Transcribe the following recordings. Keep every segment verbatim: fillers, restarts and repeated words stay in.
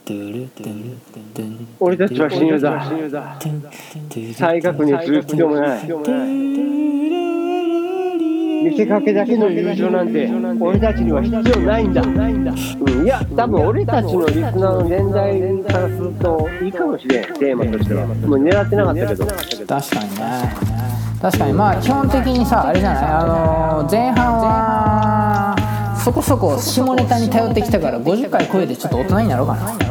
俺たちは親友だ。再確認する必要もない。見せかけだけの友情なんて俺たちには必要ないんだ。うん、いや多分俺たちのリスナーの年代からするといいかもしれん。テーマとしてはもう狙ってなかったけど。 確かにね。確かにまあ基本的にさあれじゃない、あのー、前半はそこそこ下ネタに頼ってきたからごじゅっかい超えてちょっと大人になろうかな。 い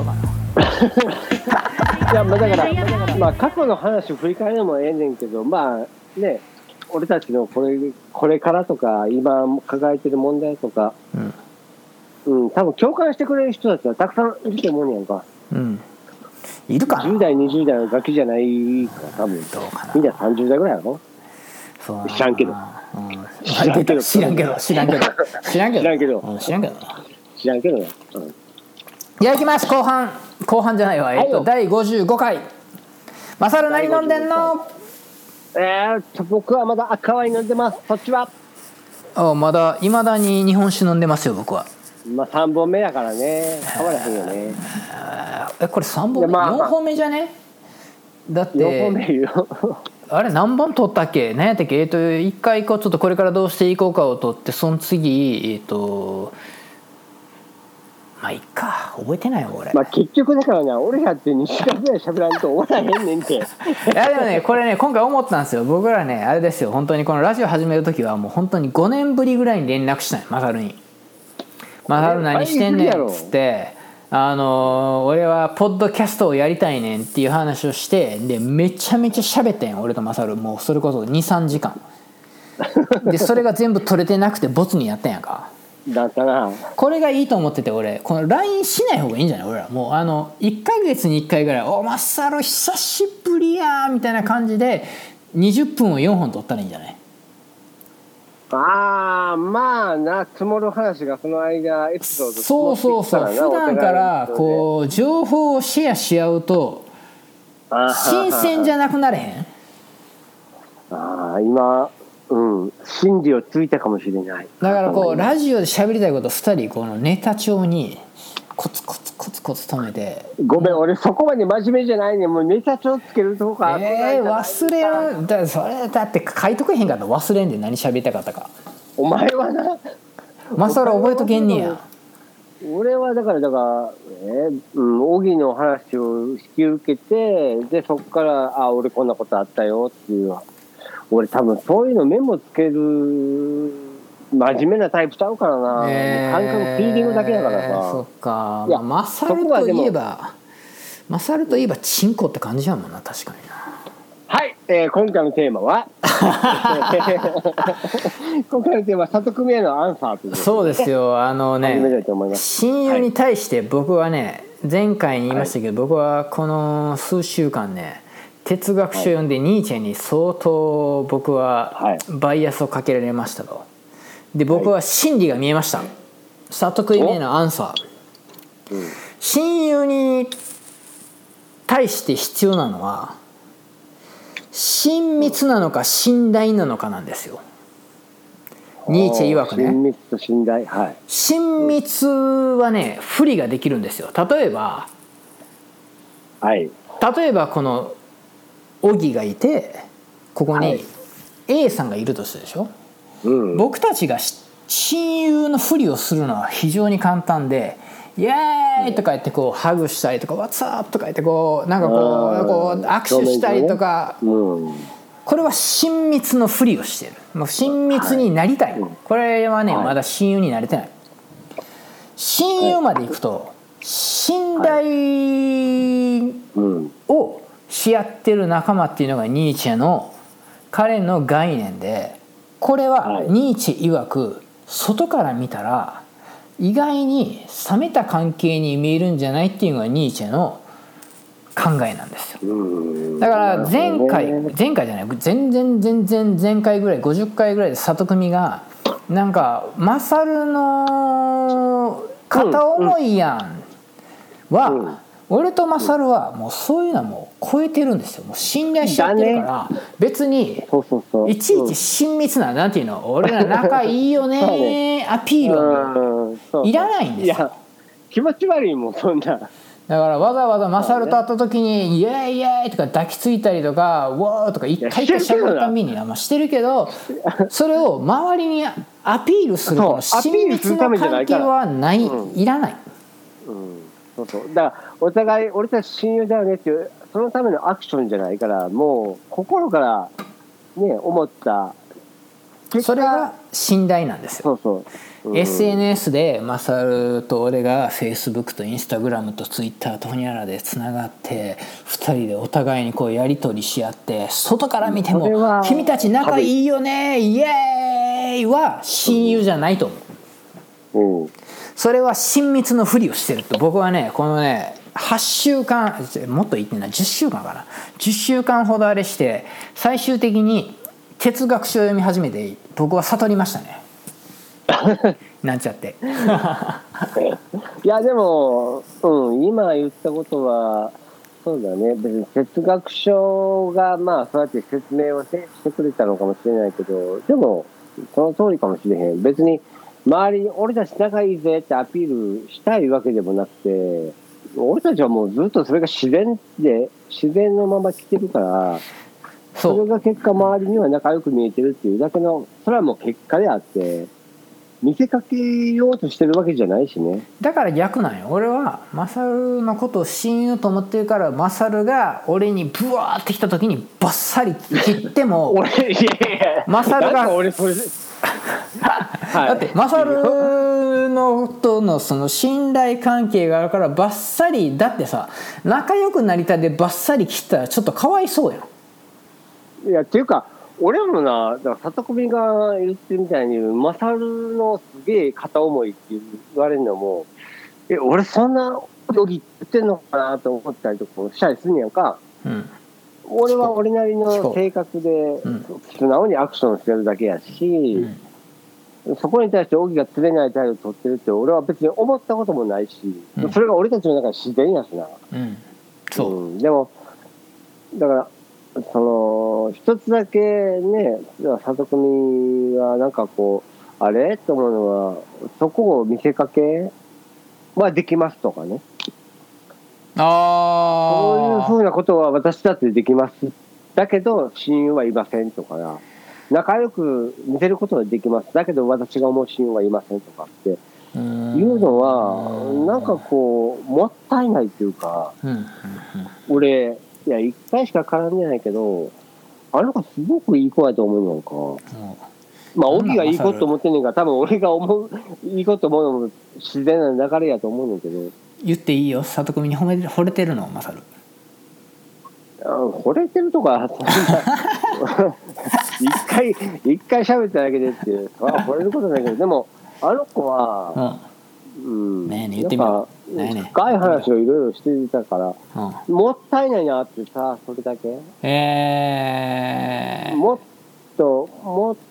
やまあだからまあ過去の話を振り返るのもええねんけど、まあね俺たちのこれこれからとか今抱えてる問題とか、うん、うん、多分共感してくれる人たちはたくさんいると思うんやんか。 うん。いるかな。 じゅう代にじゅう代のガキじゃないから多分どうかな。 みんなさんじゅう代ぐらいやろ。 そう知らんけど。 うん、知らんけど知らんけど知らんけど知らんけど知らんけど、 うん、知らんけど知らんけどね。うん、 じゃあいきます。後半後半じゃないわ、えっと、はい、だいごじゅうごかいマサル何飲んでんの。 えーっと僕はまだ赤ワイン飲んでます。そっちは。 あまだいまだに日本酒飲んでますよ僕は。 まあさんぼんめだからね変わらへんよね。 えこれさんぼんめ、まあ、よんほんめじゃね。だってよんほんめよあれ何本取ったっけ。何やったっけ。えっといっかいこうちょっとこれからどうしていこうかを取ってその次えっとまあいっか覚えてないよ俺。 まあ結局だからな俺らってにしゅうかんぐらい喋らんと終わらへんねんって。いやでもねこれね今回思ったんですよ。僕らねあれですよ本当にこのラジオ始める時はもう本当にごねんぶりぐらいに連絡したんよマサルに。マサル何してんねんっつってあのー、俺はポッドキャストをやりたいねんっていう話をしてでめちゃめちゃ喋ってん俺とマサル。もうそれこそ にさんじかんでそれが全部取れてなくてボツにやったんやんか。 だったな。 これがいいと思ってて俺この ライン しない方がいいんじゃない。俺らもうあのいっかげつにいっかいぐらいおマサル久しぶりやみたいな感じでにじゅっぷんをよんほん取ったらいいんじゃない。 ああまあな積もる話がその間エピソードそうそうそう普段からこう情報をシェアし合うと新鮮じゃなくなれへん。 ああ今うん真理をついたかもしれない。 だからこうラジオで喋りたいことふたりこのネタ帳にコツコツコツコツ止めて。 ごめん俺そこまで真面目じゃないね。もうネタ帳つけるとこか。 えー、忘れるだそれだって書いとけへんかったら忘れんで何喋りたかったか。 お前はなマサル覚えとけんねや。 俺はだからだからえー、うん荻の話を引き受けてでそこからあ俺こんなことあったよっていう俺多分そういうのメモつける真面目なタイプちゃうからな、えー、感覚フィーリングだけだからさ。 そっかいやマサルといえばマサルといえばチンコって感じやもんな確かにな。 はい、えー、今回のテーマは今回のテーマは佐藤組へのアンサーということで、ね、そうですよあのね親友に対して僕はね前回に言いましたけど、はい、僕はこの数週間ね哲学書読んでニーチェに相当僕はバイアスをかけられましたと。で僕は真理が見えました。佐藤組へのアンサー、うん、親友に対して必要なのは親密なのか信頼なのかなんですよ。ニーチェ曰くね。 親密と信頼、はい。 親密はね不利ができるんですよ。例えば、 はい、 例えばこのオギがいてここに A さんがいるとするでしょ、うん、僕たちが親友のふりをするのは非常に簡単でイエーイとか言ってこうハグしたりとか What's up とか言ってこうなんかこうこう握手したりとか、うん、これは親密のふりをしている。もう親密になりたい、はい、これはね、はい、まだ親友になれてない。親友までいくと信頼をし合ってる仲間っていうのがニーチェの彼の概念で、これはニーチェ曰く外から見たら意外に冷めた関係に見えるんじゃないっていうのがニーチェの考えなんですよ。だから前回前回じゃない全然全然前回ぐらいごじゅっかいぐらいで里組がなんかマサルの片思いやんは俺とマサルはもうそういうのはもう超えてるんですよ。もう信頼しちゃってるから別にいちいち親密ななんていうの俺ら仲いいよねアピールはいらないんですよ。 いや気持ち悪いもんそんな。 だからわざわざマサルと会った時にイエーイイエーイとか抱きついたりとかウォーとか一回一回しゃべるたびにはまあしてるけど、それを周りにアピールするこの親密な関係はない、うん、いらない、 うん、そうそうだからお互い俺たち親友だよねっていうそのためのアクションじゃないから、もう心からね思ったそれが信頼なんですよ。 そうそう、うん、 エスエヌエス でマサルと俺が Facebook と Instagram と Twitter とホニャラでつながってふたりでお互いにこうやり取りし合って外から見ても君たち仲いいよねイエーイは親友じゃないと思う、うん、それは親密のふりをしてると僕はねこのねはっしゅうかんもっと言ってないじゅっしゅうかんかなじゅっしゅうかんほどあれして最終的に哲学書を読み始めて僕は悟りましたねなんちゃっていやでも、うん、今言ったことはそうだね、別に哲学書がまあそうやって説明をしてくれたのかもしれないけど、でもその通りかもしれへん。別に周りに俺たち仲いいぜってアピールしたいわけでもなくて、俺たちはもうずっとそれが自然で自然のまま来てるから、それが結果周りには仲良く見えてるっていうだけの、それはもう結果であって見せかけようとしてるわけじゃないしね。だから逆なんよ。俺はマサルのことを親友と思ってるから、マサルが俺にブワーってきた時にバッサリ切っても俺いやいやマサルが俺それだってマサルのとのその信頼関係があるからバッサリ、だってさ仲良くなりたいでバッサリ切ったらちょっとかわいそうやん。 いやっていうか俺もな、だから里子が言ってるみたいにマサルのすげえ片思いって言われるのも、え俺そんなよぎってんのかなと思ったりとかしたりすんやんか、うん、俺は俺なりの性格で素直にアクションしてるだけやし、うん、そこに対して荻が釣れない態度を取ってるって俺は別に思ったこともないし、うん、それが俺たちの中で自然やしな、うんそう、うん、でもだからその一つだけね、里組はなんかこうあれと思うのは、そこを見せかけはできますとかね、あそういうふうなことは私だってできます、だけど親友はいませんとかな、仲良く見せることはできます、だけど私が思う親友はいませんとかっていうのはなんかこうもったいないっていうか、うんうんうん、俺いや一回しか絡んでないけど、あの子すごくいい子やと思うのか、うん、まあ荻がいい子と思ってんねんから、多分俺が思ういい子と思うのも自然な流れやと思うんだけど。 言っていいよ、里組に褒め惚れてるのマサル。 惚れてるとかそんな一回一回喋っただけでっていう惚れることないけど、でもあの子は、うんうん、ねえねえ言ってみよう。深い話をいろいろしてたから、うん、もったいないなってさ、それだけ、えー、もっともっ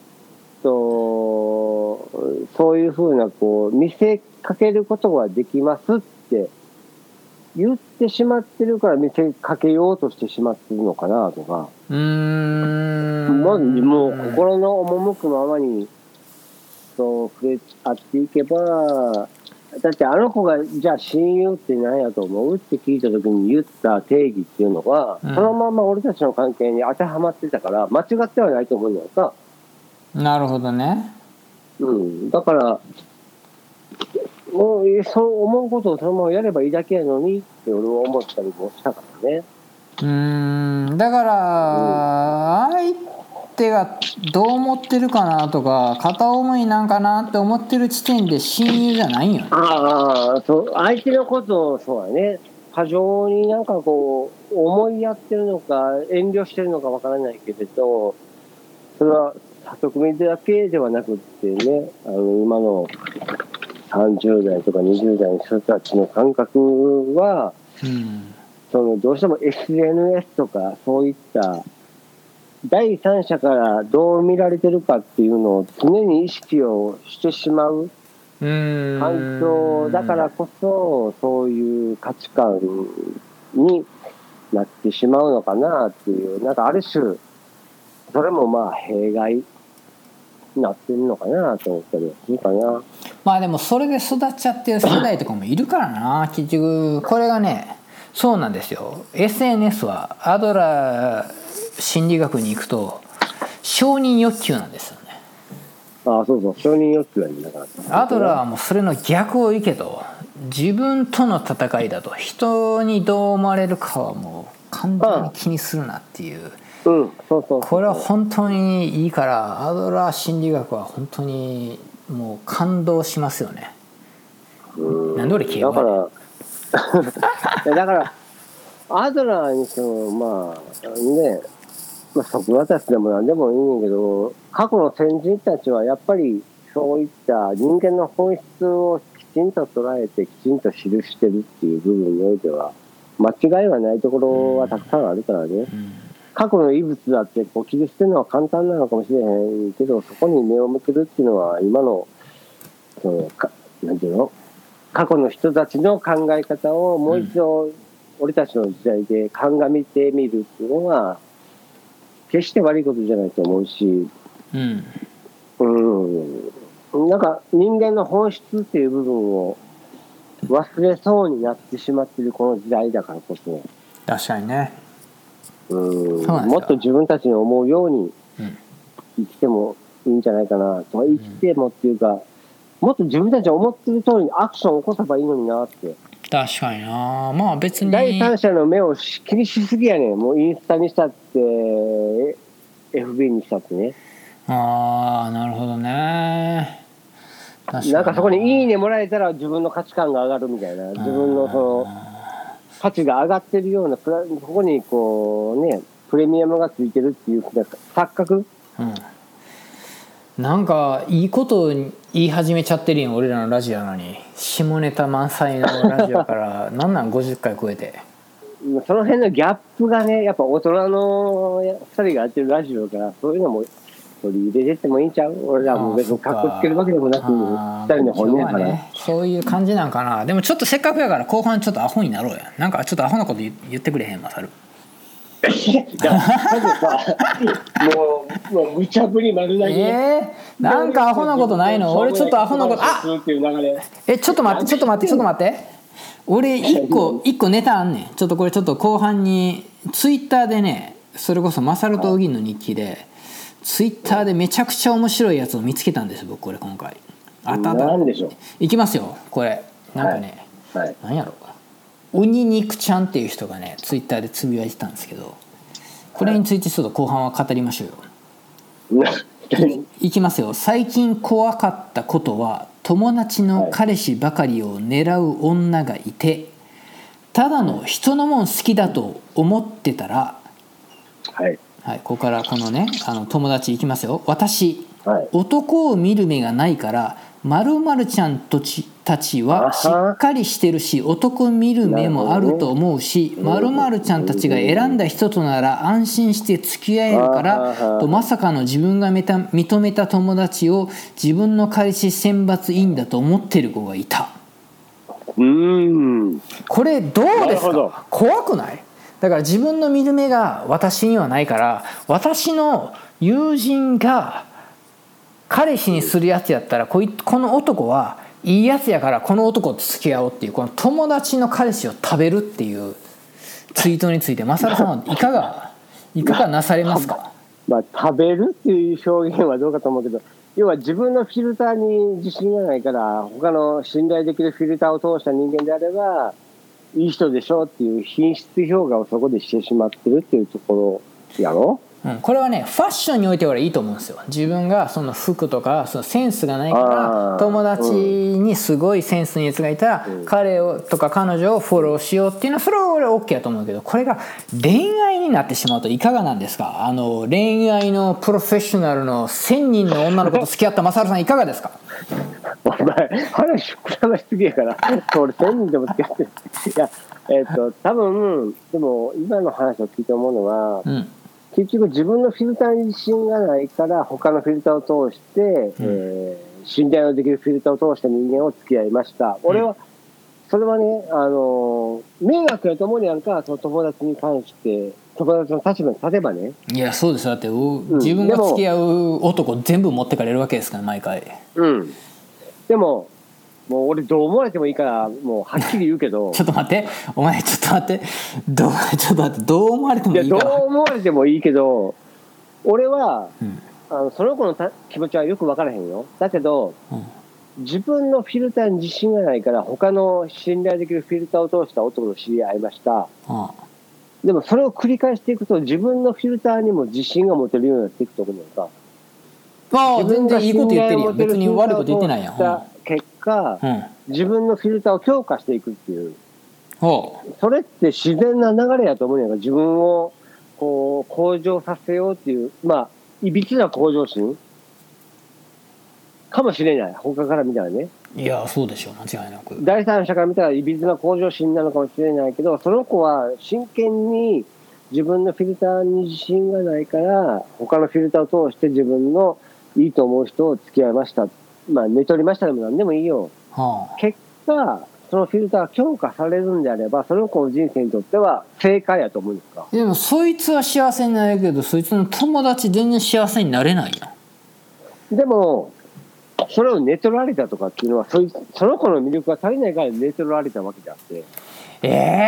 とそういうふうなこう見せかけることができますって言ってしまってるから見せかけようとしてしまってるのかなとか、うーんまずもう心の赴くままにそう触れ合っていけば、だってあの子がじゃあ親友って何やと思うって聞いた時に言った定義っていうのは、うん、そのまま俺たちの関係に当てはまってたから間違ってはないと思うんだよさ。 なるほどね。 うん、だからもうそう思うことをそのままやればいいだけやのにって俺は思ったりもしたからね。 うーんだから、うん、相手がどう思ってるかなとか片思いなんかなって思ってる時点で親友じゃないんよね。 ああ、そう相手のことをそうだね、過剰になんかこう思いやってるのか遠慮してるのかわからないけれど、それは里組だけではなくってね、あの今のさんじゅう代とかにじゅう代の人たちの感覚は、うん、そのどうしても エスエヌエス とかそういった第三者からどう見られてるかっていうのを常に意識をしてしまう環境だからこそ、そういう価値観になってしまうのかなっていう、なんかある種それもまあ弊害になってるのかなと思ったりするかな。 まあでもそれで育っちゃってる世代とかもいるからな結局これがねそうなんですよ。 エスエヌエス はアドラー心理学に行くと承認欲求なんですよね。 ああそうそう承認欲求はねだからアドラーはもうそれの逆をいけと自分との戦いだと人にどう思われるかはもう完全に気にするなっていう、 うん、そうそうそうこれは本当にいいからアドラー心理学は本当にもう感動しますよね。 うんなんで俺敬語やねんだからだからアドラーにしてもまあねまあ、ソクラテスでも何でもいいんだけど過去の先人たちはやっぱりそういった人間の本質をきちんと捉えてきちんと記してるっていう部分においては間違いはないところはたくさんあるからね、うん、過去の遺物だってこう切り捨てるのは簡単なのかもしれへんけどそこに目を向けるっていうのは今のそのかなんていうの過去の人たちの考え方をもう一度俺たちの時代で鑑みてみるっていうのは決して悪いことじゃないと思うし、うん、うん、なんか人間の本質っていう部分を忘れそうになってしまってるこの時代だからこそ、 確かにね、 うん、もっと自分たちに思うように生きてもいいんじゃないかなと、生きてもっていうか、もっと自分たちが思ってる通りにアクションを起こせばいいのになって。 確かにな。まあ別に第三者の目を気にしすぎやねん。もうインスタにしたって エフビー にしたってね。 ああなるほどね。 確かになんかそこにいいねもらえたら自分の価値観が上がるみたいな、自分のその価値が上がってるような、ここにこうねプレミアムがついてるっていう錯覚、 うん、なんかいいことを言い始めちゃってるやん俺らのラジオなのに。下ネタ満載のラジオからなんなんごじゅっかい超えてその辺のギャップがねやっぱ大人のふたりがやってるラジオだから、そういうのも取り入れてってもいいんちゃう。俺らも別にカッコつけるわけでもなくふたりの本音やから、ね、 そういう感じなんかな。でもちょっとせっかくやから後半ちょっとアホになろうや。なんかちょっとアホなこと言ってくれへんマサル。 いやまずさもうもう無茶ぶり丸投げ、 えー、なんかアホなことないの。俺ちょっとアホなことあえちょっと待ってちょっと待ってちょっと待って俺一個一個ネタあんねん。ちょっとこれちょっと後半にツイッターでね、それこそマサルとウギンの日記でツイッターでめちゃくちゃ面白いやつを見つけたんです僕これ今回。あたたなんでしょう。 いきますよこれなんかね、はいはい、なんやろウニ肉ちゃんっていう人がねツイッターでつぶやいてたんですけど、これについてちょっと後半は語りましょうよ。い, いきますよ。最近怖かったことは友達の彼氏ばかりを狙う女がいて、ただの人のもん好きだと思ってたら、はいはい、ここからこのねあの友達いきますよ。私、はい、男を見る目がないから〇〇ちゃんとちたちはしっかりしてるし男見る目もあると思うし、〇〇ちゃんたちが選んだ人となら安心して付き合えるからと、まさかの自分が認めた友達を自分の彼氏選抜員だと思ってる子がいた。うーんこれどうですか。怖くない？だから自分の見る目が私にはないから私の友人が彼氏にするやつやったら こ, いこの男はいいやつやからこの男と付き合おうっていうこの友達の彼氏を食べるっていうツイートについてマサルさんはいかがいかがなされますか。 まあ、食べるっていう表現はどうかと思うけど、要は自分のフィルターに自信がないから他の信頼できるフィルターを通した人間であればいい人でしょうっていう品質評価をそこでしてしまってるっていうところやろ。うん、これはねファッションにおいてはいいと思うんですよ。自分がその服とかそのセンスがないから友達にすごいセンスのやつがいたら、うん、彼をとか彼女をフォローしようっていうのはそれは俺は OK だと思うけど、これが恋愛になってしまうといかがなんですか。あの恋愛のプロフェッショナルのせんにんの女の子と付き合ったマサルさんいかがですか。お前話膨らましすぎやから俺せんにんでも付き合ってるいやえっ、ー、と多分でも今の話を聞いて思うのは、うん結局自分のフィルターに自信がないから他のフィルターを通して、うんえー、信頼のできるフィルターを通した人間を付き合いました、うん、俺はそれはねあの迷惑やと思うにあるからその友達に関して友達の立場に立てばね。いやそうですよ。だって自分が付き合う男全部持ってかれるわけですから毎回。うんでももう俺どう思われてもいいからもうはっきり言うけどちょっと待ってお前ちょっと待ってどうちょっと待ってどう思われてもいいからいやどう思われてもいいけど俺は、 うん、 あのその子のた気持ちはよく分からへんよ。だけど、うん、自分のフィルターに自信がないから他の信頼できるフィルターを通した男と知り合いました、うん、でもそれを繰り返していくと自分のフィルターにも自信が持てるようになっていくと思うのか。 ああ全然いいこと言ってるよ。別に悪いこと言ってないやん。 結果、うん、自分のフィルターを強化していくっていう、うん、それって自然な流れやと思うんやから自分をこう向上させようっていうまあいびつな向上心かもしれない。他から見たらね。 いやそうでしょう間違いなく。 第三者から見たらいびつな向上心なのかもしれないけどその子は真剣に自分のフィルターに自信がないから他のフィルターを通して自分のいいと思う人を付き合いました。まあ寝取りましたでも何でもいいよ、はあ、結果そのフィルターが強化されるんであればその子の人生にとっては正解やと思うんですか。 でもそいつは幸せになれるけどそいつの友達全然幸せになれないやん。でもそれを寝取られたとかっていうのはそいその子の魅力が足りないから寝取られたわけであってえ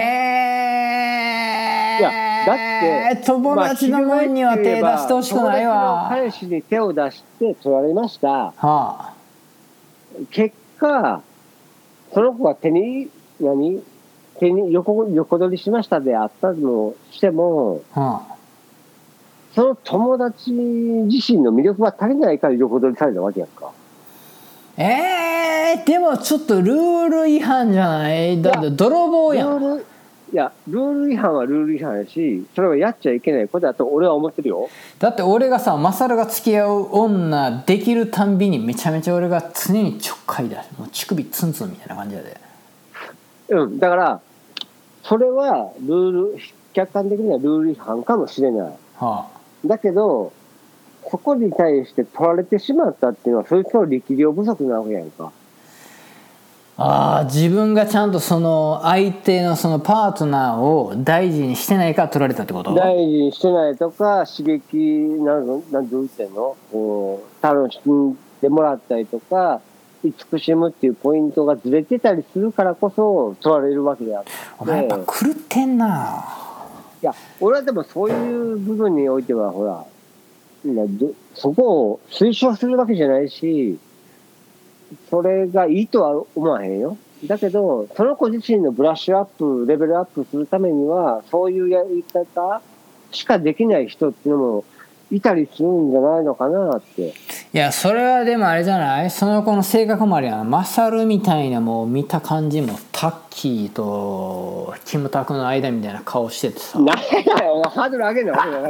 えー、いやだって友達の前には手出してほしくないわ。 友達の彼氏に手を出して取られました、はあ、結果その子が手に何手に 横, 横取りしましたであったのしても、はあ、その友達自身の魅力が足りないから横取りされたわけやんか。 えー、でもちょっとルール違反じゃない？だって泥棒やん。 ルールいやルール違反はルール違反やしそれはやっちゃいけないことだと俺は思ってるよ。 だって俺がさマサルが付き合う女できるたんびにめちゃめちゃ俺が常にちょっかいだしもう乳首ツンツンみたいな感じやで。 うんだからそれはルール客観的にはルール違反かもしれない、はあ、だけどそこに対して取られてしまったっていうのはそいつの力量不足なわけやんか。 ああ自分がちゃんとその相手のそのパートナーを大事にしてないから取られたってこと？ 大事にしてないとか刺激なんなんどう言ってんのこう楽しんでもらったりとか慈しむっていうポイントがずれてたりするからこそ取られるわけであって。 お前やっぱ狂ってんな。 いや俺はでもそういう部分においてはほらそこを推奨するわけじゃないしそれがいいとは思わへんよ。だけどその子自身のブラッシュアップレベルアップするためにはそういうやり方しかできない人っていうのもいたりするんじゃないのかなって。 いやそれはでもあれじゃないその子の性格もあるやん。マサルみたいなもう見た感じもタッキーとキムタクの間みたいな顔しててさ何だよハードル上げんの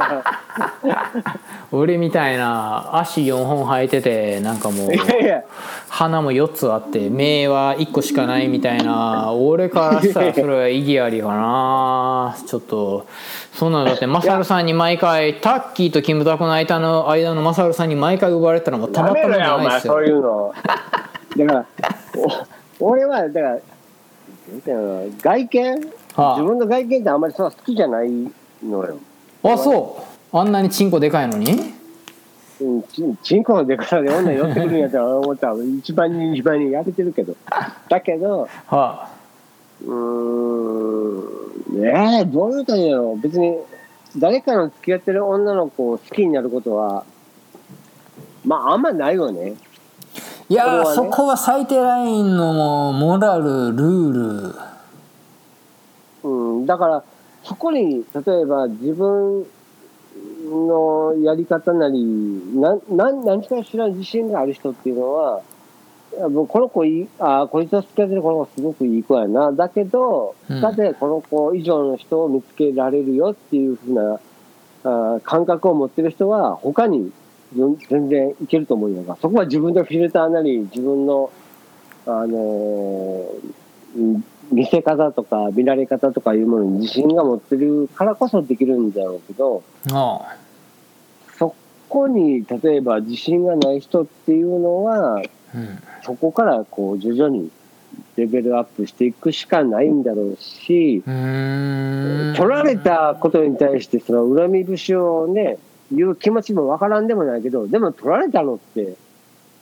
俺みたいな足よんほん生えててなんかもう鼻もよっつあって目はいっこしかないみたいな俺からしたらそれは意義ありかな。ちょっとそんなのだってマサルさんに毎回タッキーとキムタクの間の間のマサルさんに毎回奪われたらもうたまったもんじゃないですよ。 そういうのだから俺はだから外見、はあ、自分の外見ってあんまりそう好きじゃないのよ。 あそうあんなにチンコでかいのに、 うん、チ, チンコのでかさで女寄ってくるんやったら思ったら一番に二番にやれてるけどだけど、はあ、うーんねえどういうことやろう。別に誰かの付き合ってる女の子を好きになることはまああんまないよね。 いや、ね、そこは最低ラインのモラルルール、うん、だからそこに例えば自分のやり方なりなな何かしら自信がある人っていうのはもうこの子いいあこいつと付き合ってるこの子すごくいい子やなだけど他でこの子以上の人を見つけられるよっていうふうなあ感覚を持ってる人は他に全然いけると思うんだがそこは自分のフィルターなり自分の、あのー、見せ方とか見られ方とかいうものに自信が持ってるからこそできるんだろうけどああそこに例えば自信がない人っていうのは、うん、そこからこう徐々にレベルアップしていくしかないんだろうしうーん取られたことに対してその恨み節をねいう気持ちもわからんでもないけどでも取られたのって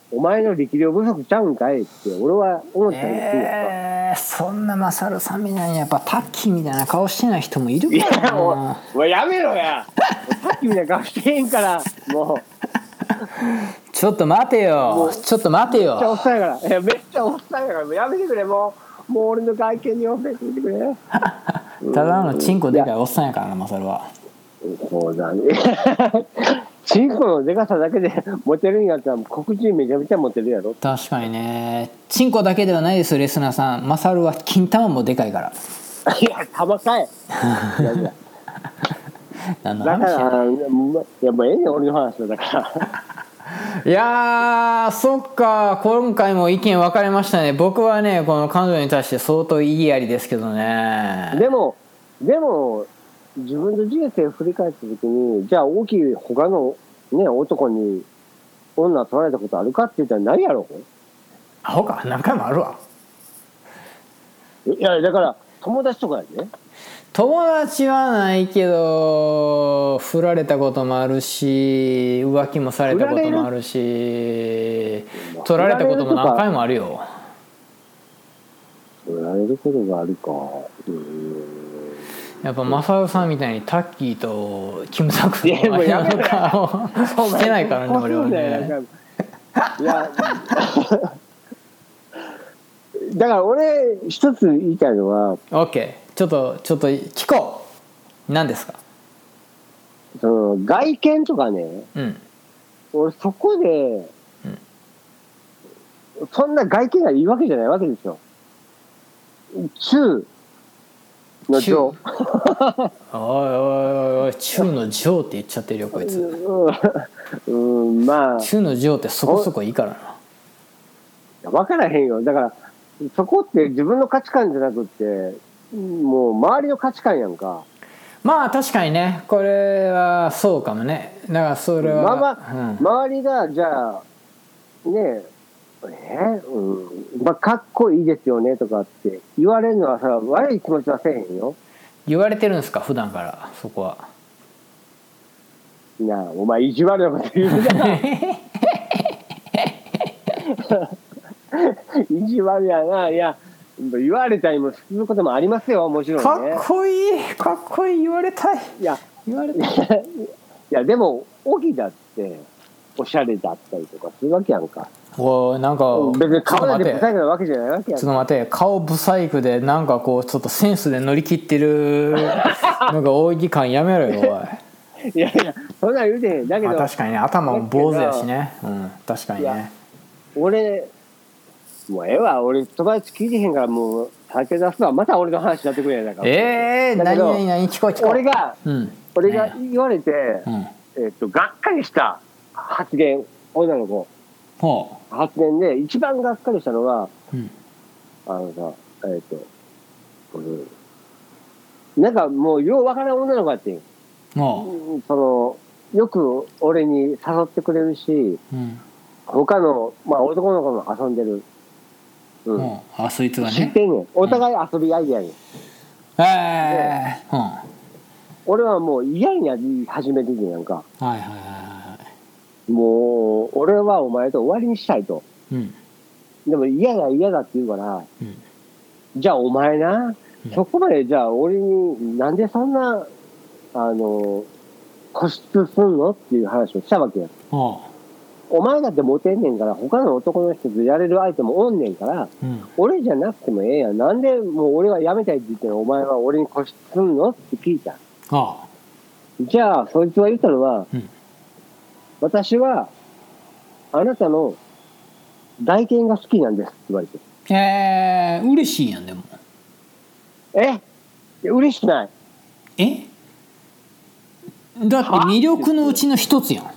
お前の力量不足ちゃうんかいって俺は思ったりするやんか。 えー、そんなマサルさんみたいにやっぱタッキーみたいな顔してない人もいるいからやもな。 う、もうやめろやさっきみたいな顔してへんからもうちょっと待てよちょっと待てよ。 めっちゃおっさんやから、いやめっちゃおっさんやからもうやめてくれ、もうもう俺の外見に寄せてみてくれただのチンコでかいおっさんやからなマサルは。 そうだねチンコのでかさだけでモテるんやったら黒人めちゃめちゃモテるやろ。 確かにね。チンコだけではないですよレスナーさん。マサルは金玉もでかいから。 いや玉かいいやいや何のだか話やらいやもうええねん俺の話だからいやーそっか今回も意見分かれましたね。僕はねこの彼女に対して相当意義ありですけどね。 でもでも自分の人生を振り返った時にじゃあ大きい他のね男に女取られたことあるかって言ったらないやろ。 アホか何回もあるわ。 いやだから友達とかやね。 友達はないけど振られたこともあるし浮気もされたこともあるし取られたことも何回もあるよ。 振られることがあるか。うーんやっぱマサルさんみたいにタッキーとキムタクのもうやめろ顔してないからね俺はね。 いやだから俺一つ言いたいのは OK ちょっとちょっと聞こう。何ですか。 その外見とかね、 うん、 俺そこで、うん、そんな外見がいいわけじゃないわけですよ。中のジョーおいおいおい中のジョーって言っちゃってるよこいつ。 うん、まあ中のジョーってそこそこいいからな。分からへんよ。だからそこって自分の価値観じゃなくってもう周りの価値観やんか。 まあ確かにねこれはそうかもね。だからそれは、 まあまあ、 うん、 周りがじゃあねええ、うん、まあかっこいいですよねとかって言われるのはさ悪い気持ちはせえへんよ。 言われてるんですか普段からそこは。 いやお前意地悪なこと言うじゃない意地悪やな。いや言われたりもすることもありますよもちろんね。 かっこいいかっこいい言われたい。 いや言われたいいやでもオギだっておしゃれだったりとかするわけやんか。 おいなんか別に顔だけブサイクなわけじゃないわけやんか。 ちょっと待て顔ブサイクでなんかこうちょっとセンスで乗り切ってるなんか大喜感やめろよおい。 いやいやそんなん言うてへんだけど、 まあ、確かにね頭も坊主やしね、うん、確かにね。 俺もうええわ俺友達聞いてへんからもう酒出すわ。また俺の話になってくれやんか。 ええー、何何何聞こう聞こう。 俺が、うん、俺が言われて、 ねえー、っとがっかりした発言女の子ほう発言で一番がっかりしたのは、 うん、 あのさえー、っとなんかもうようわからん女の子やってん。そのよく俺に誘ってくれるし、うん、他の、まあ、男の子も遊んでる、 うん、あそいつがね知ってんねん。お互い遊び合いやねん、うん、 えーうん、 俺はもう嫌になり始めてんねんやんか。 はいはいはい、 もう俺はお前と終わりにしたいと、うん、でも嫌だ嫌だって言うから、うん、じゃあお前な、うん、そこまでじゃあ俺になんでそんなあの固執すんのっていう話をしたわけや。お前だってモテんねんから他の男の人とやれる相手もおんねんから、うん、俺じゃなくてもええやん。なんでもう俺は辞めたいって言ってるお前は俺に固執すんのって聞いた。ああじゃあそいつは言ったのは、うん、私はあなたの外見が好きなんですって言われて。 えー、嬉しいやん。でもえ嬉しくない。 えだって魅力のうちの一つやん。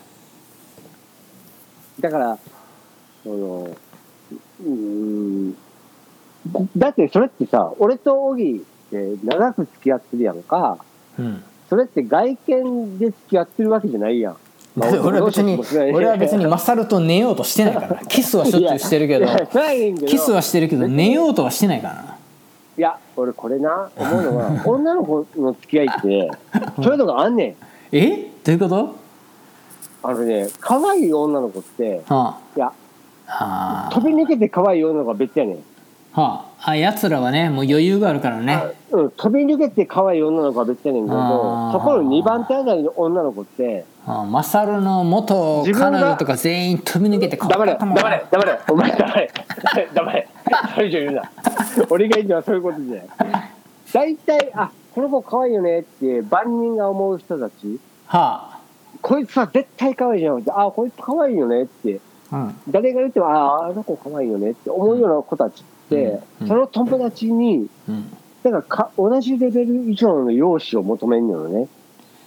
だからそのうーんだってそれってさ俺とオギって長く付き合ってるやんか、うん、それって外見で付き合ってるわけじゃないやん。 まあ、俺は別に俺は別にマサルと寝ようとしてないからキスはしょっちゅうしてるけどキスはしてるけど寝ようとはしてないからな。 いや俺これな思うのは女の子の付き合いってそういうのがあんねん。 えどういうこと。 あのね可愛い女の子って、はあ、いやあ飛び抜けて可愛い女の子は別やねん。 はあ、あやつらはねもう余裕があるからね、 うん、飛び抜けて可愛い女の子は別やねんけど、そこのにばん手あたりの女の子って、 あマサルの元彼女とか全員飛び抜けて可愛かったもん。 黙れ黙れ黙れお前黙れ黙れそれ以上言うな俺が言うのはそういうことじゃない。大体あこの子可愛いよねって万人が思う人たち、 はあ、 こいつは絶対可愛いじゃんって、あこいつ可愛いよねって、うん、誰が言ってもああの子可愛いよねって思うような子たちって、うんうん、その友達に、うん、だからか同じレベル以上の容姿を求めるのよね。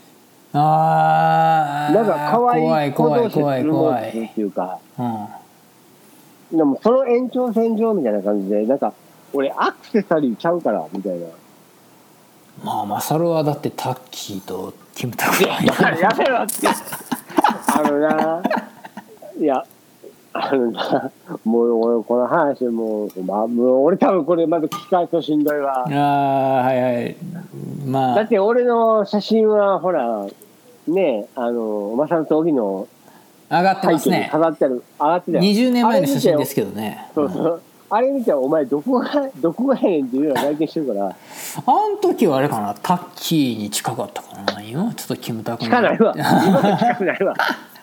ああ、 なんか可愛い子同士でするもんっていうか、うん、でもその延長線上みたいな感じで、なんか俺アクセサリーちゃうからみたいな。 まあマサルはだってタッキーとキムタクがいややめろってあのないやあのなもう俺この話もう、まあ、もう俺多分これまず聞かれてしんどいわ。 ああはいはい。まあだって俺の写真はほらねあのマサルと荻野上がってますね。 飾ってる上がってたよ。 にじゅうねんまえの写真ですけどね。 そうそう、うん、あれ見てお前どこがどこがやねんっていうのは外見してるから。 あの時はあれかなタッキーに近かったかな。今ちょっとキムタクに近ないわ今は近くないわ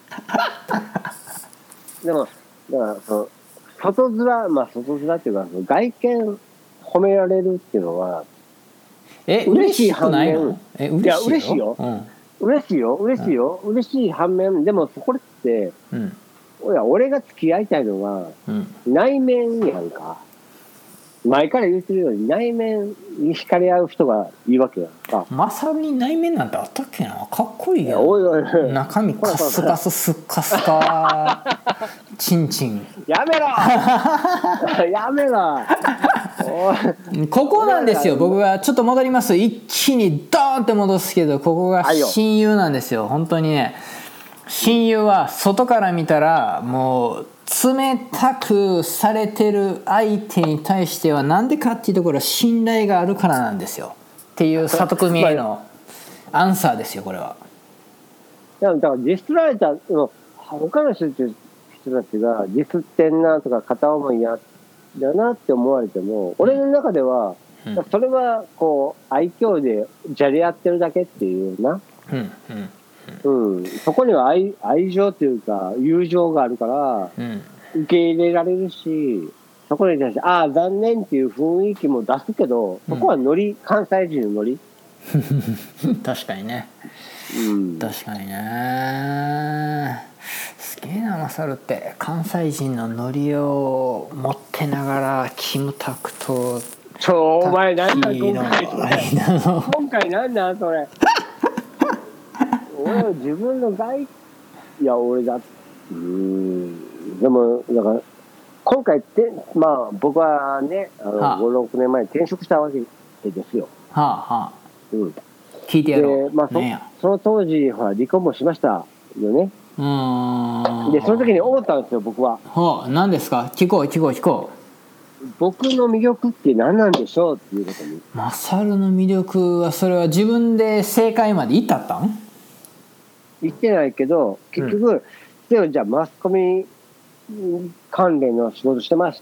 でもだからその外面まあ外面っていうかその外見褒められるっていうのはえ嬉しい反面え嬉しいよ。いや嬉しいよ、うん、嬉しいよ嬉しいよ、うん、嬉しい反面でもこれって、うん、いや俺が付き合いたいのは、うん、内面やんか。前から言ってるように内面に惹かれ合う人がいいわけやんか。 マサルに内面なんてあったっけな。かっこいいよ。 おいおいおい中身カスカススッカスカチンチンやめろやめろここなんですよ。僕がちょっと戻ります。一気にドーンって戻すけどここが親友なんですよ。本当にね親友は外から見たらもう冷たくされてる相手に対してはなんでかっていうところは信頼があるからなんですよっていう里組へのアンサーですよこれは。 だからディスられたの他の人たちがディスってんなとか片思いやだなって思われても、うん、俺の中では、うん、それはこう愛嬌でじゃれ合ってるだけっていうな、うんうんうん、そこには 愛, 愛情というか友情があるから、うん、受け入れられるしそこに対してああ残念っていう雰囲気も出すけどそこはノリ、うん、関西人のノリ確かにね、うん、確かにね。すげえなマサルって関西人のノリを持ってながらキムタクとちょお前何だ今回今回何だそれ俺は自分の外いや俺だうーんでもだから今回ってまあ僕はねあの、はあ、ごろくねんまえに転職したわけですよ。 はあはあ、 うん、 聞いてやろう。 で、まあ、そ, その当時は離婚もしましたよね。うーんでその時に思ったんですよ僕は。 はあ、何ですか。聞こう聞こう聞こう。僕の魅力って何なんでしょうっていうことに。 マサルの魅力はそれは自分で正解まで至ったん？ 言ってないけど結局、うん、じゃあマスコミ関連の仕事してました。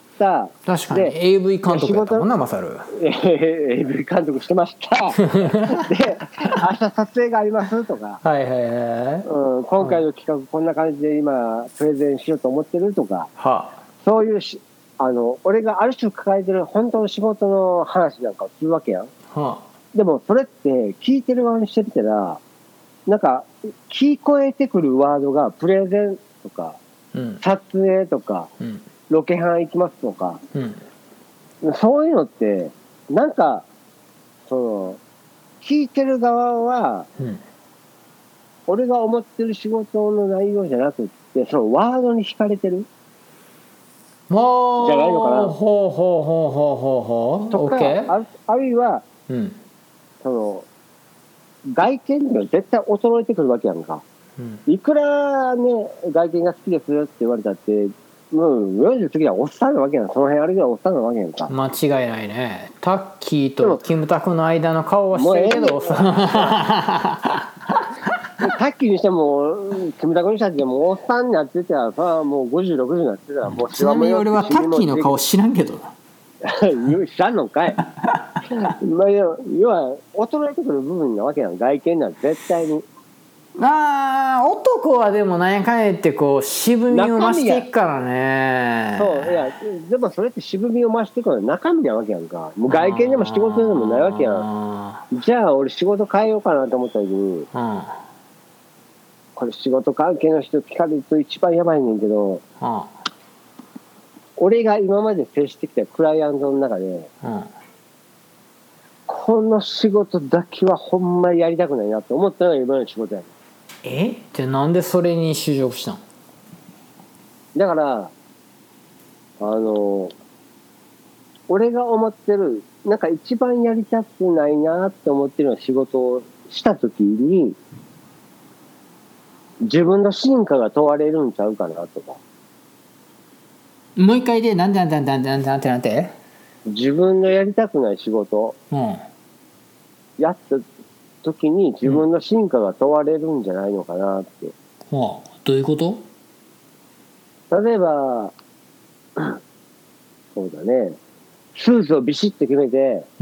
確かに エーブイ 監督やったもんなマサル。 エーブイ 監督してましたで明日撮影がありますとか、 はいはいはい、 うん、今回の企画こんな感じで今プレゼンしようと思ってるとか、はあ、そういうしあの俺がある種抱えてる本当の仕事の話なんかをするわけやん、はあ、でもそれって聞いてる側にしてみたらなんか聞こえてくるワードがプレゼンとか、うん、撮影とか、うん、ロケハン行きますとか、うん、そういうのってなんかその聞いてる側は、うん、俺が思ってる仕事の内容じゃなくってそのワードに惹かれてるじゃないのかな。ほうほうほうほうほうほうとか、あ, あるいは、うん、その外見には絶対衰えてくるわけやんか、うん、いくらね外見が好きですよって言われたってもうよんじゅう過ぎはおっさんなわけやん。その辺あるぐらいおっさんなわけやんか。 間違いないね。タッキーとキムタクの間の顔はしてるけどおっさんタッキーにしてもキムタクにしたってもうおっさんになってたらさ、もうごじゅうろくじゅうになってたらもうちなみに俺はタッキーの顔知らんけどな知らんのかいまあ要は衰えてくる部分なわけやん、外見なんて絶対に。 まあ男はでもなんやかんやってこう渋みを増していくからね。 そういやでもそれって渋みを増していくのは中身なわけやんか。もう外見でも仕事でもないわけやん。じゃあ俺仕事変えようかなと思った時に、うん、これ仕事関係の人聞かれると一番やばいねんけど、うん、俺が今まで接してきたクライアントの中で、うん、この仕事だけはほんまにやりたくないなって思ったのが今の仕事やねん。 えじゃあなんでそれに就職したの？ だからあの俺が思ってるなんか一番やりたくないなって思ってるような仕事をした時に自分の進化が問われるんちゃうかなとか。 もう一回でなんでなんでなんでなんでなんでなんで自分のやりたくない仕事、うん、やった時に自分の進化が問われるんじゃないのかなって、 うん、はあ、どういうこと？ 例えばそうだね、スーツをビシッと決めて、うん、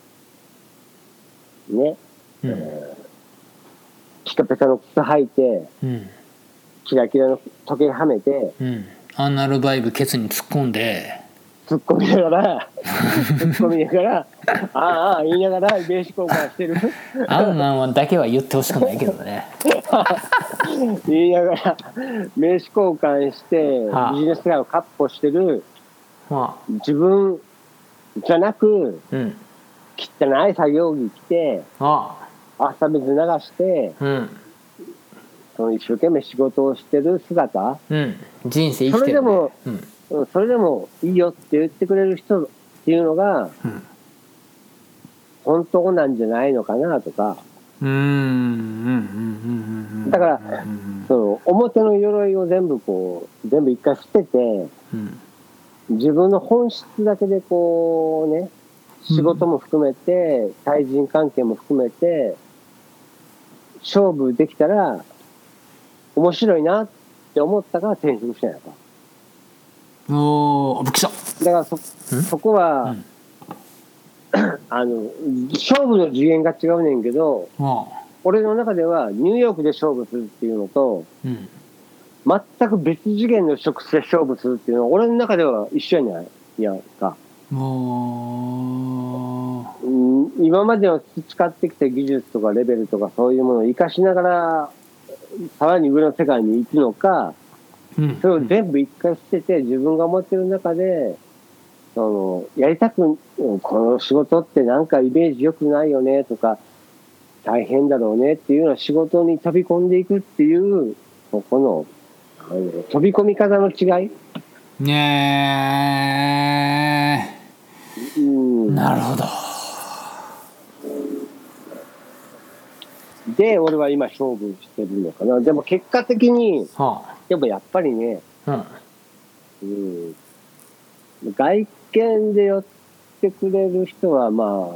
ね、うん、えー、ピカピカの靴履いて、うん、キラキラの時計はめて、 うん、アナルバイブケツに突っ込んで突っ込みながら突っ込みながらああああ言いながら名刺交換してるあんなんはだけは言ってほしくないけどね言いながら名刺交換して、はあ、ビジネス街をカッポしてる、はあ、自分じゃなく、うん、汚い作業着着て、はあ、朝水流して、うん、その一生懸命仕事をしてる姿、うん、 人生生きてる、ね、 それでも、うんそれでもいいよって言ってくれる人っていうのが、うん、本当なんじゃないのかなとか、うーんだからその表の鎧を全部こう全部一回捨てて、うん、自分の本質だけでこうね仕事も含めて、うん、対人関係も含めて勝負できたら面白いなって思ったから転職したんやから。 おーびっくりした。 だから そ, そこは、うん、あの勝負の次元が違うねんけど、俺の中ではニューヨークで勝負するっていうのと、うん、全く別次元の職種で勝負するっていうのは俺の中では一緒やないやか。もう、うん、今までの培ってきた技術とかレベルとかそういうものを生かしながらさらに上の世界に行くのか、それを全部一回捨てて自分が思ってる中でそのやりたくこの仕事ってなんかイメージ良くないよねとか大変だろうねっていうような仕事に飛び込んでいくっていうこの飛び込み方の違いねえ、うん、なるほど。 で俺は今勝負してるのかな。でも結果的に、はあでもやっぱりね、うんうん、外見で寄ってくれる人はまあ、うん、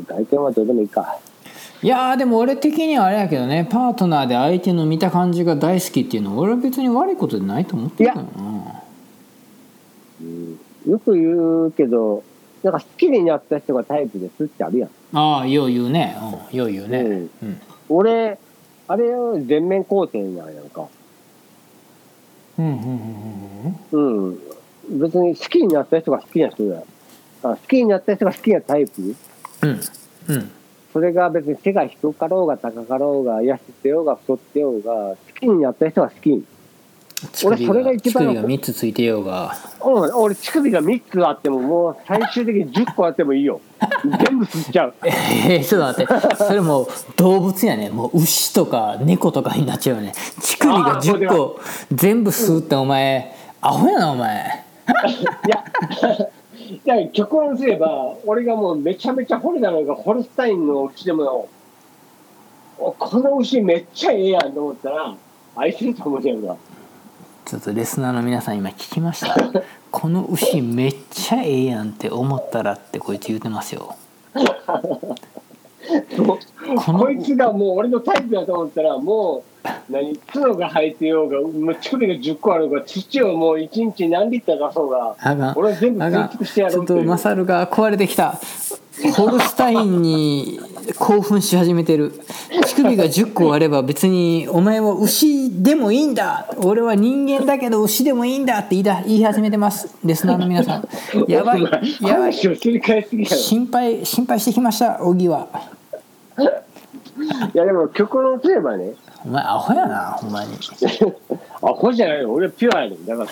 外見はどうでもいいか。 いやでも俺的にはあれやけどね、パートナーで相手の見た感じが大好きっていうのは俺は別に悪いことでないと思ってるからな。 うん、よく言うけどなんか好きになった人がタイプですってあるやん。 ああよう言うね、うん、よう言うね、うんうん、 俺あれを全面肯定なんやんか。うんうんうんうん、別に好きになった人が好きな人だ。好きになった人が好きなタイプ、うんうん、それが別に背が低かろうが高かろうが痩せてようが太ってようが好きになった人が好き。 俺それが一番乳首がみっつついてようが、 うん、俺乳首がみっつあってももう最終的にじゅっこあってもいいよ全部吸っちゃうえー、ちょっと待ってそれもう動物やね。もう牛とか猫とかになっちゃうよね。乳首がじゅっこ全部吸うってお前、うん、アホやなお前いやいや極論すれば俺がもうめちゃめちゃホルダーがホルスタインの牛でもこの牛めっちゃええやんと思ったら愛せると思うよな。 ちょっとレスナーの皆さん今聞きましたこの牛めっちゃええやんって思ったらってこいつ言うてますよこいつがもう俺のタイプだと思ったら、もう何角が生えてようが、もう乳首がじゅっこあるが、土をもういちにち何リッター出そうが、俺は全部吸い尽くしてやろうっていう。 ちょっとマサルが壊れてきた。ホルスタインに興奮し始めてる。乳首がじゅっこあれば別にお前は牛でもいいんだ、俺は人間だけど牛でもいいんだって言いだ言い始めてます。リスナーの皆さん、やばいやばい、心配心配してきました。小木は。 いやでも極論すればね、 お前アホやなほんまに。 アホじゃないよ、俺はピュアやねんだから。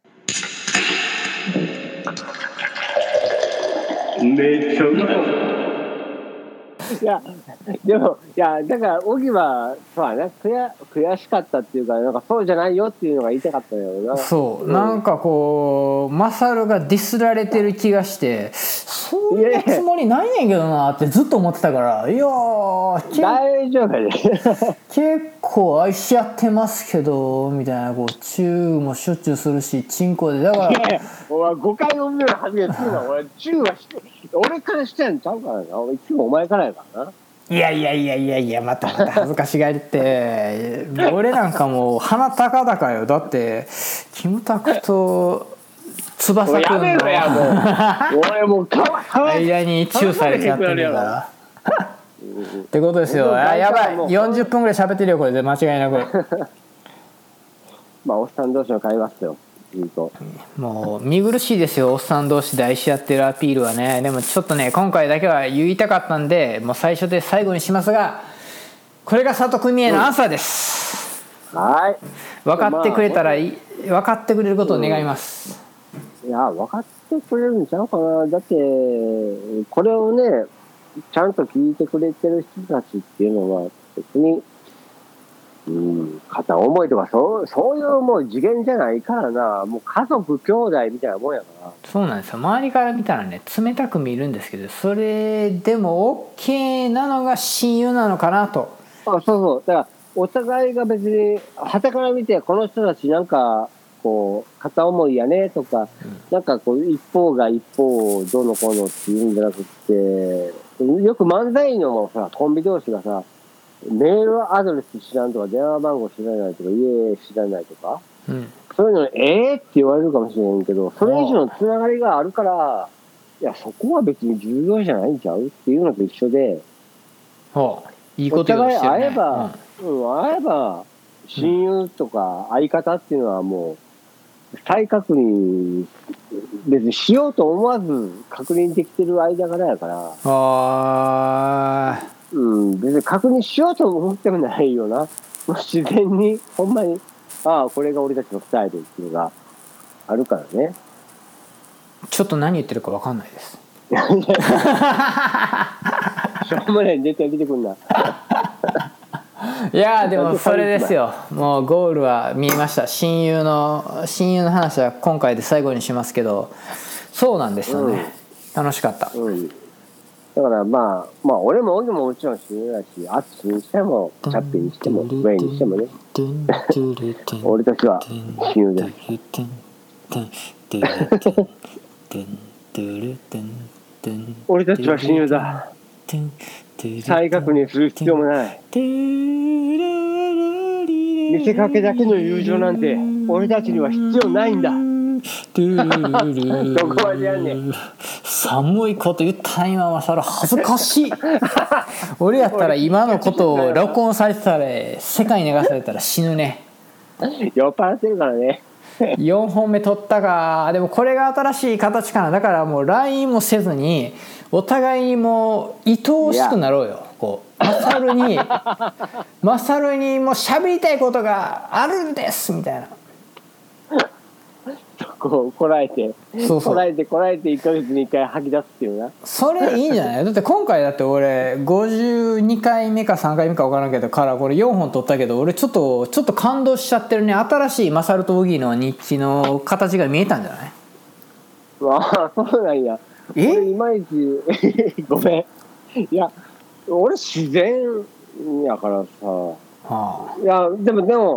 めっちゃうまい。いやでもいやだから小木はそうはね、悔悔しかったっていうか、なんかそうじゃないよっていうのが言いたかったよな。 そう、うん、なんかこうマサルがディスられてる気がして、そういうつもりないねんけどなってずっと思ってたから、いやー大丈夫やで結構愛し合ってますけどみたいな、こうチューもしょっちゅうするし、チンコでだから。 お前誤解を見る発言するな。俺チューはして俺からしてんちゃうからな。俺いつもお前からやからな。 いやいやいやいやいや、またまた恥ずかしがりって俺なんかもう鼻高々よ。だってキムタクと翼くんのやめろやもう俺もうか間にチューされちゃってるからってことですよ。あやばい、よんじゅっぷんぐらい喋ってるよこれで間違いなくまあおっさん同士の会話っすよ。 もう見苦しいですよ、おっさん同士で愛し合ってるアピールはね。でもちょっとね今回だけは言いたかったんで、もう最初で最後にしますが、これが佐藤組へのアンサーです、 うん、はい。 分かってくれたらいい、分かってくれることを願います、 うん、いや分かってくれるんちゃうかな。だってこれをねちゃんと聞いてくれてる人たちっていうのは別にうん、片思いとかそう、そういうもう次元じゃないからな。もう家族兄弟みたいなもんやから。 そうなんですよ。周りから見たらね冷たく見るんですけど、それでも OK なのが親友なのかなと。 あ、そうそう。だからお互いが別に傍から見てこの人たちなんかこう片思いやねとか、うん、なんかこう一方が一方をどうのこうのっていうんじゃなくて、よく漫才のさコンビ同士がさ、メールアドレス知らんとか電話番号知らないとか家知らないとか、うん、そういうのええー、って言われるかもしれんけど、それ以上のつながりがあるから、いやそこは別に重要じゃないんちゃうっていうのと一緒で、 はあ、いいこと言うしてるね。お互い会えば、うん、うん、会えば親友とか相方っていうのはもう再確認別にしようと思わず確認できてる間柄やから。あー、うん、別に確認しようと思ってもないよな。もう自然にほんまに、ああこれが俺たちのスタイルっていうのがあるからね。 ちょっと何言ってるか分かんないです。しょうもない絶対出てくんな。 いやでもそれですよ。もうゴールは見えました。親友の親友の話は今回で最後にしますけど、そうなんですよね、うん、楽しかった、うん、 だからまあまあ俺も俺ももちろん親友だし、アツシにしてもチャッピーにしてもウェイにしてもね俺たちは親友です。俺たちは親友だ。再確認する必要もない。見せかけだけの友情なんて俺たちには必要ないんだ。どこまでやんねん。 寒いこと言ったん今はそれ恥ずかしい。俺やったら今のことを録音されてたら世界に流されたら死ぬね。 酔っ払ってるからね。 よんほんめ取ったか。でもこれが新しい形かな。だからもう ライン もせずにお互いにもう愛おしくなろうよ。こうマサルにマサルにもう喋りたいことがあるんですみたいな。 こうこらえてそうそうこらえてこらえていっかげつにいっかい吐き出すっていうな。 それいいんじゃない。だって今回だって俺ごじゅうにかいめかさんかいめか分からんけどからこれよんほん取ったけど、俺ちょっとちょっと感動しちゃってるね。新しいマサルとオギの日記の形が見えたんじゃない。 ああそうなんや。え俺いまいちごめん。いや俺自然やからさ、はあ、いやでもでも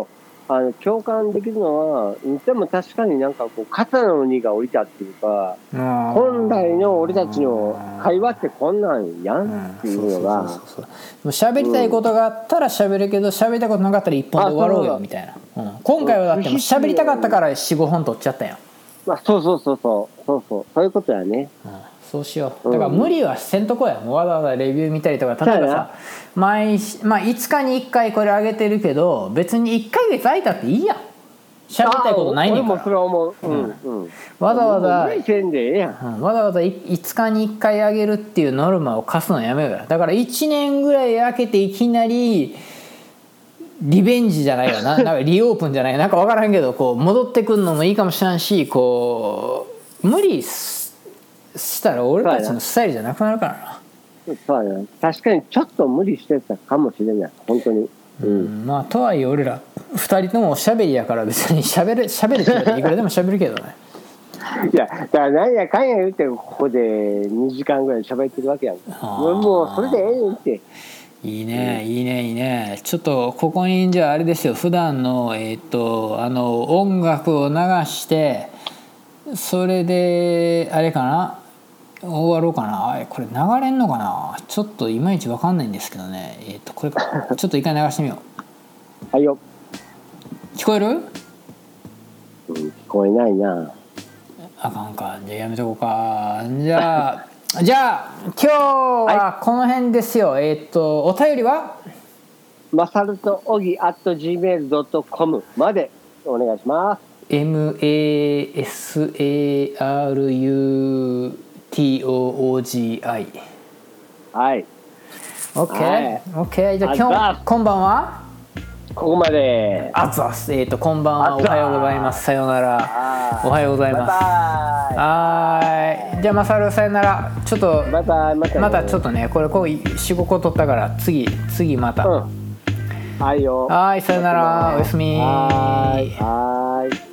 あの共感できるのは、でも確かになんかこう肩の荷が下りたっていうか、本来の俺たちの会話ってこんなんやんっていうのが、 喋りたいことがあったら喋るけど、喋りたいことなかったら一本で終わろうよみたいな、うん、今回はだっても喋りたかったから よん,ご 本取っちゃったよ。 まあ、そうそうそうそうそうそうそういうことやね、 うん、そうしよう。だから無理はせんとこや。もうわざわざレビュー見たりとか、例えばさ毎、まあ、いつかにいっかいこれ上げてるけど別にいっかげつ空いたっていいやん。喋りたいことないねんから。 俺もそれ思う、うんうん、 わざわざ無理せんでええやん、 うん、わざわざいつかにいっかい上げるっていうノルマを課すのやめようよ。だからいちねんぐらい空けていきなりリベンジじゃないよな、なんかリオープンじゃない、なんか分からんけど、こう戻ってくるのもいいかもしれんし、こう無理したら俺たちのスタイルじゃなくなるからな。 そうやな、確かにちょっと無理してたかもしれない本当に、 うんうん、まあとはいえ俺らふたりともおしゃべりやから別にしゃべるしゃべるっていくらでもしゃべるけどねいやだから何やかんや言うてここでにじかんぐらい喋ってるわけやん。もうそれでええねんって。 いいねいいねいいね。ちょっとここにじゃああれですよ、普段のえっとあの音楽を流してそれであれかな終わろうかな。あこれ流れんのかな、ちょっといまいち分かんないんですけどね。えっとこれかちょっと一回流してみようはいよ。 聞こえる？ うん、聞こえないな。 あかんか、じゃあやめとこうか。じゃあじゃあ今日はこの辺ですよ、はい、えっとお便りはマサルとオギ アットジーメールドットコム までお願いします。 エムエーエスエーアールユーティーオーオージーアイはい OK、OK、じゃあ今日こんばんはここまで。 あつあつ、えっとこんばんは、おはようございます、さようなら、おはようございます。はい、じゃあマサルさよなら。ちょっとバイバイ、またね、 またちょっとねこれこうよん、ごこ取ったから次次また、うん、 はいよ。 はい、さよなら、おやすみ。 はいはい。